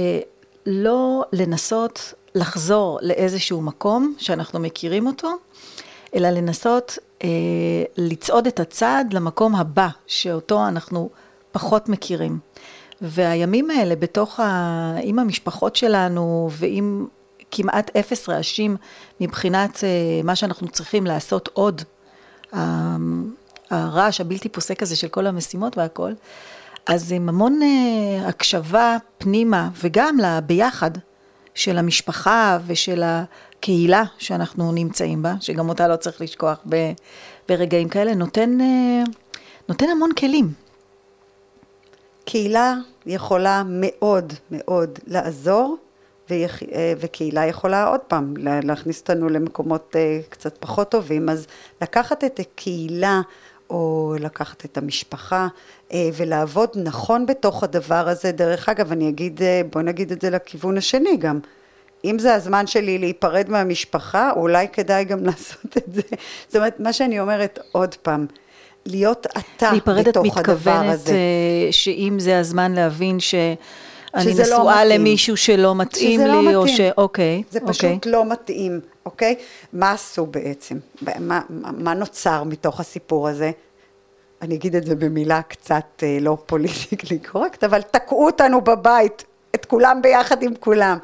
שלא לנסות לחזור לאיזשהו מקום שאנחנו מכירים אותו, אלא לנסות אה, לצעוד את הצעד למקום הבא, שאותו אנחנו פחות מכירים. והימים האלה בתוך ה... עם המשפחות שלנו, ועם כמעט אפס רעשים מבחינת אה, מה שאנחנו צריכים לעשות עוד, אה, הרעש הבלתי פוסק הזה של כל המשימות והכל, אז עם המון אה, הקשבה פנימה, וגם ביחד של המשפחה ושל הקהילה שאנחנו נמצאים בה, שגם אותה לא צריך לשכוח ב, ברגעים כאלה, נותן, אה, נותן המון כלים. קהילה יכולה מאוד מאוד לעזור, ויח... וקהילה יכולה עוד פעם להכניס אותנו למקומות קצת פחות טובים, אז לקחת את הקהילה, או לקחת את המשפחה, ולעבוד נכון בתוך הדבר הזה. דרך אגב, אני אגיד, בוא נגיד את זה לכיוון השני גם, אם זה הזמן שלי להיפרד מהמשפחה, אולי כדאי גם לעשות את זה. זאת אומרת, מה שאני אומרת עוד פעם, להיות אתה בתוך הדבר הזה. להיפרד את מתכוונת שאם זה הזמן להבין שאני נשואה לא למישהו שלא מתאים לי, לא או ש... אוקיי. זה פשוט אוקיי. לא מתאים, אוקיי? מה עשו בעצם? מה, מה נוצר מתוך הסיפור הזה? אני אגיד את זה במילה קצת לא פוליטיקלי קורקט, אבל תקעו אותנו בבית, את כולם ביחד עם כולם.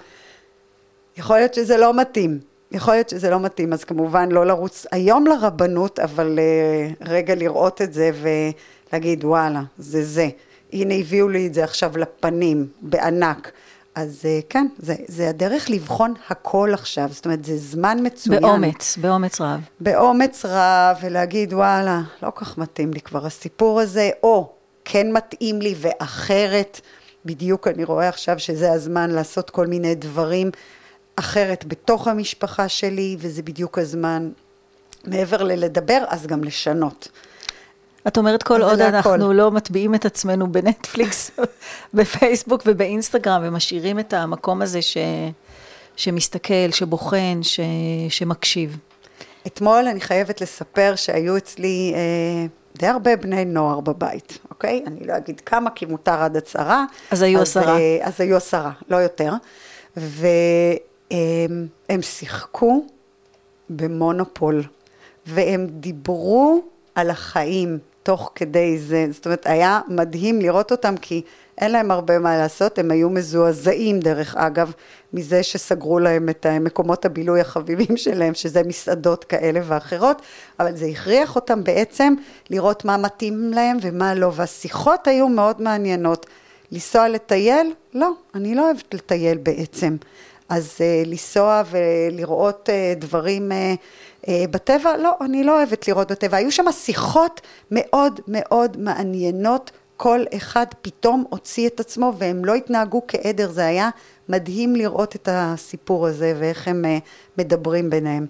יכול להיות שזה לא מתאים, יכול להיות שזה לא מתאים, אז כמובן לא לרוץ היום לרבנות, אבל uh, רגע לראות את זה ולהגיד וואלה, זה זה, הנה הביאו לי את זה עכשיו לפנים, בענק, אז uh, כן, זה, זה הדרך לבחון הכל עכשיו, זאת אומרת זה זמן מצוין. באומץ, באומץ רב. באומץ רב, ולהגיד וואלה, לא כך מתאים לי כבר הסיפור הזה, או כן מתאים לי ואחרת, בדיוק אני רואה עכשיו שזה הזמן לעשות כל מיני דברים, אחרת בתוך המשפחה שלי, וזה בדיוק הזמן, מעבר ללדבר, אז גם לשנות. את אומרת כל עוד אנחנו לא מטביעים את עצמנו בנטפליקס, בפייסבוק ובאינסטגרם, ומשאירים את המקום הזה ש... שמסתכל, שבוחן, ש... שמקשיב. אתמול אני חייבת לספר שהיו אצלי אה, די הרבה בני נוער בבית, אוקיי? אני לא אגיד כמה, כי מותר עד עשרה. אז היו עשרה. אה, אז היו עשרה, לא יותר. ו... הם, הם שיחקו במונופול, והם דיברו על החיים תוך כדי זה, זאת אומרת, היה מדהים לראות אותם, כי אין להם הרבה מה לעשות, הם היו מזועזעים דרך אגב, מזה שסגרו להם את מקומות הבילוי החביבים שלהם, שזה מסעדות כאלה ואחרות, אבל זה הכריח אותם בעצם לראות מה מתאים להם ומה לא, והשיחות היו מאוד מעניינות. לנסוע לטייל? לא, אני לא אוהבת לטייל בעצם. אז uh, לנסוע ולראות uh, דברים uh, uh, בטבע, לא, אני לא אוהבת לראות בטבע. היו שם שיחות מאוד מאוד מעניינות, כל אחד פתאום הוציא את עצמו, והם לא התנהגו כעדר, זה היה מדהים לראות את הסיפור הזה, ואיך הם uh, מדברים ביניהם.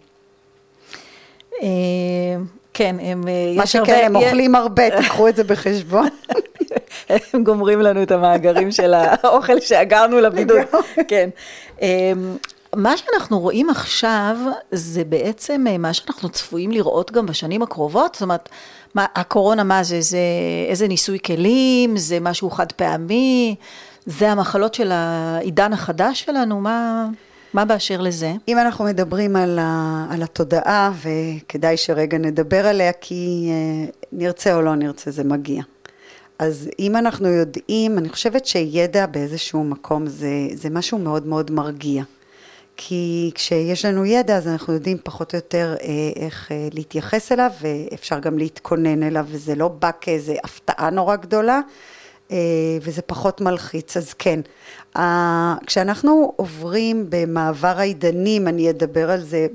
כן, הם... מה שכן, הם אוכלים הרבה, תקחו את זה בחשבון. הם גומרים לנו את המאגרים של האוכל שאגרנו לבידוד. כן. מה שאנחנו רואים עכשיו, זה בעצם מה שאנחנו צפויים לראות גם בשנים הקרובות, זאת אומרת, מה, הקורונה מה זה? זה איזה ניסוי כלים? זה משהו חד פעמי? זה המחלות של העידן החדש שלנו? מה... מה באשר לזה? אם אנחנו מדברים על, ה, על התודעה, וכדאי שרגע נדבר עליה, כי נרצה או לא נרצה, זה מגיע. אז אם אנחנו יודעים, אני חושבת שידע באיזשהו מקום זה, זה משהו מאוד מאוד מרגיע. כי כשיש לנו ידע, אז אנחנו יודעים פחות או יותר איך להתייחס אליו, ואפשר גם להתכונן אליו, וזה לא בא כאיזו הפתעה נורא גדולה, וזה פחות מלחיץ, אז כן. כשאנחנו עוברים במעבר העידנים, אני אדבר על זה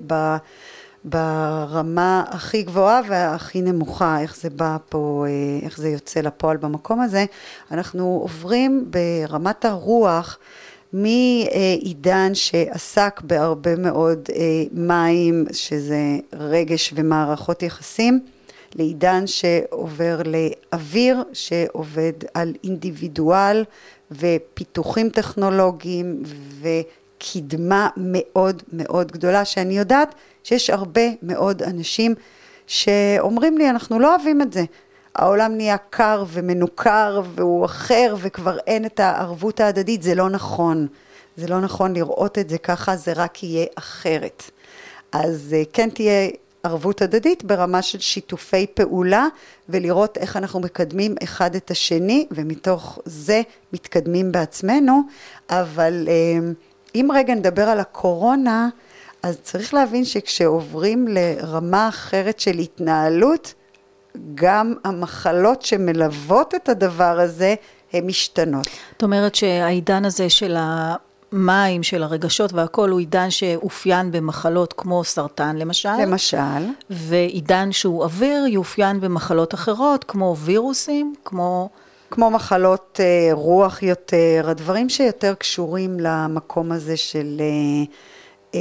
ברמה הכי גבוהה והכי נמוכה, איך זה בא פה, איך זה יוצא לפועל במקום הזה, אנחנו עוברים ברמת הרוח, מעידן שעסק בהרבה מאוד מים, שזה רגש ומערכות יחסים, לעידן שעובר לאוויר, שעובד על אינדיבידואל ופיתוחים טכנולוגיים וקדמה מאוד מאוד גדולה, שאני יודעת שיש הרבה מאוד אנשים שאומרים לי, אנחנו לא אוהבים את זה. העולם נהיה קר ומנוכר והוא אחר וכבר אין את הערבות ההדדית, זה לא נכון. זה לא נכון לראות את זה ככה, זה רק יהיה אחרת. אז כן תהיה ערבות הדדית ברמה של שיתופי פעולה, ולראות איך אנחנו מקדמים אחד את השני, ומתוך זה מתקדמים בעצמנו, אבל אם רגע נדבר על הקורונה, אז צריך להבין שכשעוברים לרמה אחרת של התנהלות, גם המחלות שמלוות את הדבר הזה, הן משתנות. זאת אומרת שהעידן הזה של המים, של הרגשות והכל, הוא עידן שאופיין במחלות כמו סרטן למשל. למשל. ועידן שהוא אוויר, יאופיין במחלות אחרות, כמו וירוסים, כמו כמו מחלות אה, רוח יותר, הדברים שיותר קשורים למקום הזה של אה, אה,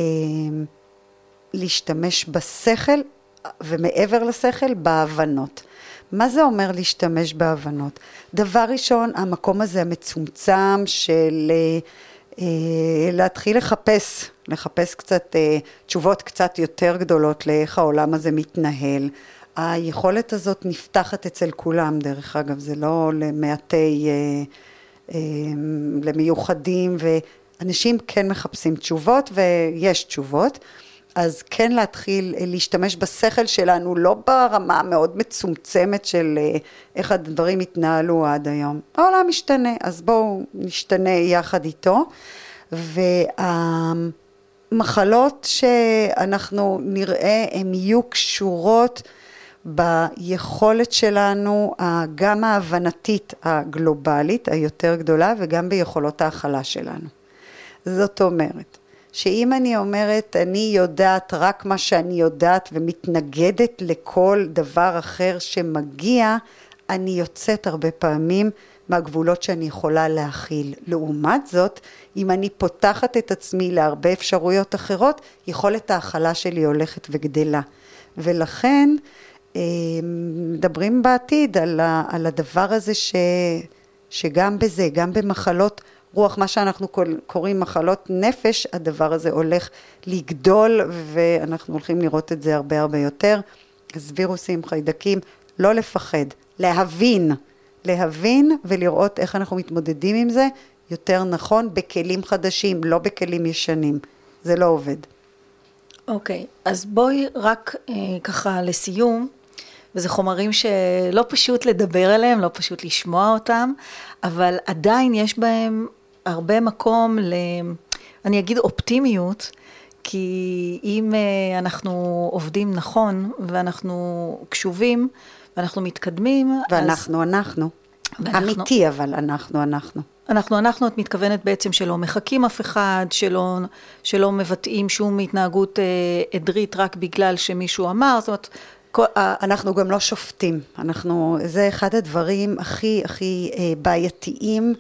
להשתמש בשכל, ומעבר לשכל, בהבנות. מה זה אומר להשתמש בהבנות? דבר ראשון, המקום הזה המצומצם של אה, אה, להתחיל לחפש, לחפש קצת אה, תשובות קצת יותר גדולות לאיך העולם הזה מתנהל. היכולת הזאת נפתחת אצל כולם, דרך אגב, זה לא למעטי, אה, אה, למיוחדים, ואנשים כן מחפשים תשובות, ויש תשובות. אז כן להתחיל להשתמש בשכל שלנו, לא ברמה מאוד מצומצמת של איך הדברים התנהלו עד היום. העולם משתנה, אז בואו נשתנה יחד איתו. והמחלות שאנחנו נראה, הן יהיו קשורות ביכולת שלנו, גם ההבנתית הגלובלית היותר גדולה, וגם ביכולות ההכלה שלנו. זאת אומרת, שאם אני אומרת, אני יודעת רק מה שאני יודעת ומתנגדת לכל דבר אחר שמגיע, אני יוצאת הרבה פעמים מהגבולות שאני יכולה להכיל. לעומת זאת, אם אני פותחת את עצמי להרבה אפשרויות אחרות, יכולת ההכלה שלי הולכת וגדלה. ולכן, מדברים בעתיד על, על הדבר הזה ש, שגם בזה, גם במחלות רוח, מה שאנחנו קוראים מחלות נפש, הדבר הזה הולך לגדול, ואנחנו הולכים לראות את זה הרבה הרבה יותר. אז וירוסים, חיידקים, לא לפחד, להבין, להבין ולראות איך אנחנו מתמודדים עם זה, יותר נכון, בכלים חדשים, לא בכלים ישנים. זה לא עובד. אוקיי, okay, אז בואי רק אה, ככה לסיום, וזה חומרים שלא פשוט לדבר עליהם, לא פשוט לשמוע אותם, אבל עדיין יש בהם הרבה מקום ל... אני אגיד אופטימיות, כי אם אנחנו עובדים נכון, ואנחנו קשובים, ואנחנו מתקדמים, ואנחנו, אז... אנחנו. ואנחנו... אמיתי, אבל אנחנו, אנחנו. אנחנו, אנחנו, את מתכוונת בעצם שלא מחכים אף אחד, שלא, שלא מבטאים שום התנהגות עדרית רק בגלל שמישהו אמר, זאת אומרת, כל, אנחנו גם לא שופטים, אנחנו, זה אחד הדברים הכי, הכי בעייתיים,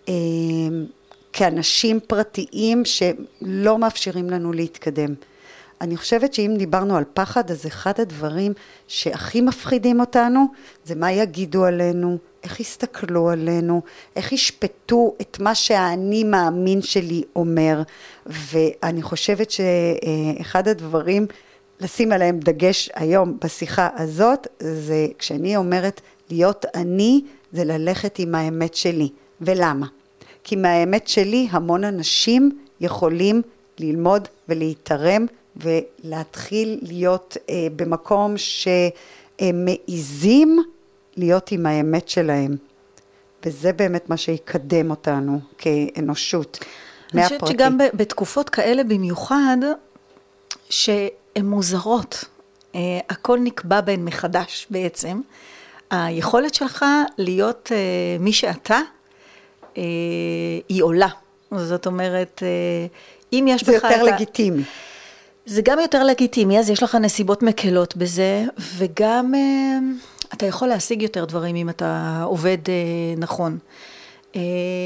כאנשים פרטיים שלא מאפשרים לנו להתקדם. אני חושבת שאם דיברנו על פחד, אז אחד הדברים שהכי מפחידים אותנו, זה מה יגידו עלינו, איך יסתכלו עלינו, איך ישפטו את מה שהאני מאמין שלי אומר, ואני חושבת שאחד הדברים, לשים עליהם דגש היום בשיחה הזאת, זה כשאני אומרת להיות אני, זה ללכת עם האמת שלי. ולמה? כי מהאמת שלי המון אנשים יכולים ללמוד ולהתערם, ולהתחיל להיות אה, במקום שמעיזים להיות עם האמת שלהם. וזה באמת מה שיקדם אותנו כאנושות. אני חושבת שגם בתקופות כאלה במיוחד, שהן מוזרות, אה, הכל נקבע בהן מחדש בעצם. היכולת שלך להיות אה, מי שאתה, אה, היא עולה. זאת אומרת, אה, אם יש זה בך... יותר את לגיטימי. זה גם יותר לגיטימי, אז יש לך נסיבות מקלות בזה, וגם אה, אתה יכול להשיג יותר דברים אם אתה עובד אה, נכון. אה,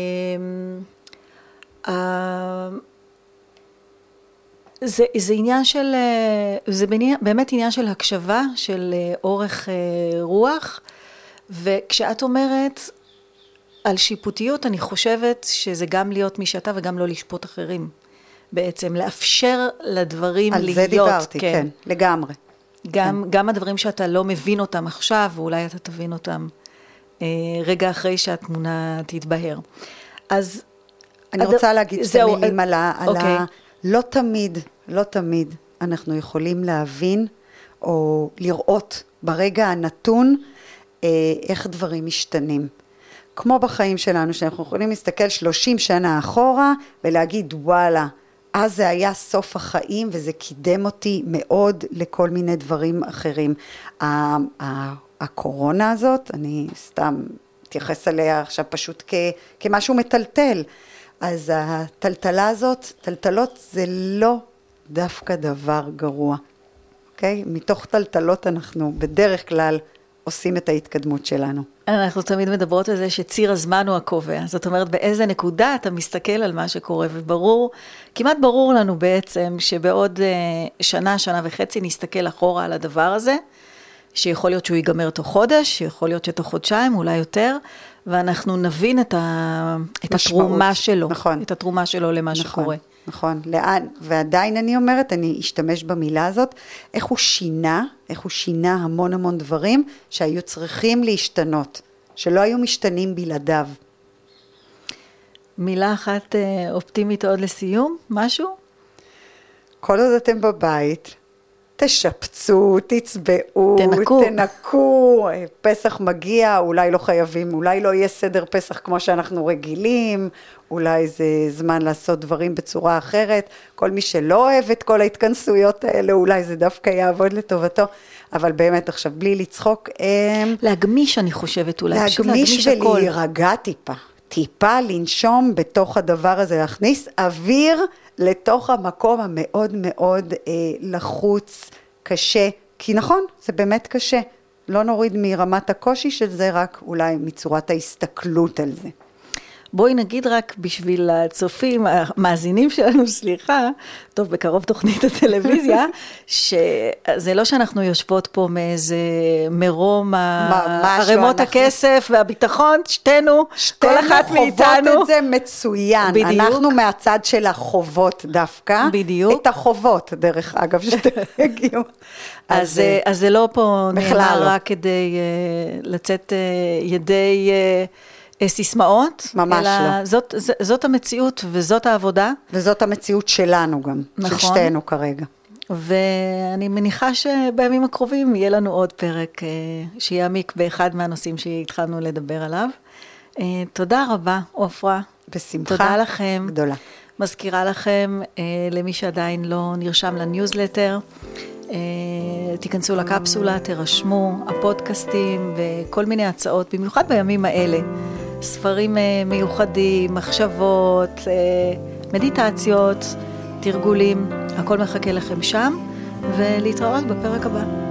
אה, זה, זה עניין של, זה באמת עניין של הקשבה, של אורך רוח, וכשאת אומרת על שיפוטיות, אני חושבת שזה גם להיות מי שאתה וגם לא לשפוט אחרים. בעצם לאפשר לדברים על להיות. על זה דיברתי, כן, כן לגמרי. גם, כן. גם הדברים שאתה לא מבין אותם עכשיו, ואולי אתה תבין אותם אה, רגע אחרי שהתמונה תתבהר. אז... אני הד... רוצה להגיד שתי מילים על ה... אוקיי. על ה... לא תמיד, לא תמיד אנחנו יכולים להבין או לראות ברגע הנתון אה, איך דברים משתנים. כמו בחיים שלנו, שאנחנו יכולים להסתכל שלושים שנה אחורה ולהגיד וואלה, אז זה היה סוף החיים וזה קידם אותי מאוד לכל מיני דברים אחרים. הקורונה הזאת, אני סתם מתייחס עליה עכשיו פשוט כ, כמשהו מטלטל. אז הטלטלה הזאת, טלטלות זה לא דווקא דבר גרוע. אוקיי? מתוך טלטלות אנחנו בדרך כלל עושים את ההתקדמות שלנו. אנחנו תמיד מדברות על זה שציר הזמן הוא הקובע, זאת אומרת באיזה נקודה אתה מסתכל על מה שקורה, וברור, כמעט ברור לנו בעצם שבעוד שנה, שנה וחצי נסתכל אחורה על הדבר הזה, שיכול להיות שהוא ייגמר תוך חודש, שיכול להיות שתוך חודשיים, אולי יותר, ואנחנו נבין את, ה... את התרומה שלו, נכון. את התרומה שלו למה נכון, שקורה. נכון, לאן, ועדיין אני אומרת, אני אשתמש במילה הזאת, איך הוא שינה, איך הוא שינה המון המון דברים שהיו צריכים להשתנות, שלא היו משתנים בלעדיו. מילה אחת אופטימית עוד לסיום, משהו? כל עוד אתם בבית, תשפצו, תצבעו, תנקו. תנקו, פסח מגיע, אולי לא חייבים, אולי לא יהיה סדר פסח כמו שאנחנו רגילים, אולי זה זמן לעשות דברים בצורה אחרת, כל מי שלא אוהב את כל ההתכנסויות האלה, אולי זה דווקא יעבוד לטובתו, אבל באמת עכשיו בלי לצחוק. להגמיש אני חושבת, אולי פשוט להגמיש הכל. להגמיש ולהירגע טיפה, טיפה לנשום בתוך הדבר הזה, להכניס אוויר לתוך המקום המאוד מאוד אה, לחוץ, קשה, כי נכון, זה באמת קשה. לא נוריד מרמת הקושי של זה, רק אולי מצורת ההסתכלות על זה. בואי נגיד רק בשביל הצופים, המאזינים שלנו, סליחה, טוב, בקרוב תוכנית הטלוויזיה, שזה לא שאנחנו יושבות פה מאיזה מרום הרמות הכסף והביטחון, שתנו, כל אחת מאיתנו. שתינו חוות את זה מצוין. בדיוק. אנחנו מהצד של החובות דווקא. בדיוק. את החובות, דרך אגב, שתגיעו. אז, אז זה לא פה נאמר רק כדי לצאת ידי סיסמאות, ממש אלא לא. זאת, זאת המציאות וזאת העבודה. וזאת המציאות שלנו גם, נכון. של שתינו כרגע. ואני מניחה שבימים הקרובים יהיה לנו עוד פרק שיעמיק באחד מהנושאים שהתחלנו לדבר עליו. תודה רבה, עופרה. בשמחה. תודה לכם. גדולה. מזכירה לכם, למי שעדיין לא נרשם לניוזלטר, תיכנסו לקפסולה, תרשמו, הפודקאסטים וכל מיני הצעות, במיוחד בימים האלה, ספרים מיוחדים, מחשבות, מדיטציות, תרגולים, הכל מחכה לכם שם, ולהתראות בפרק הבא.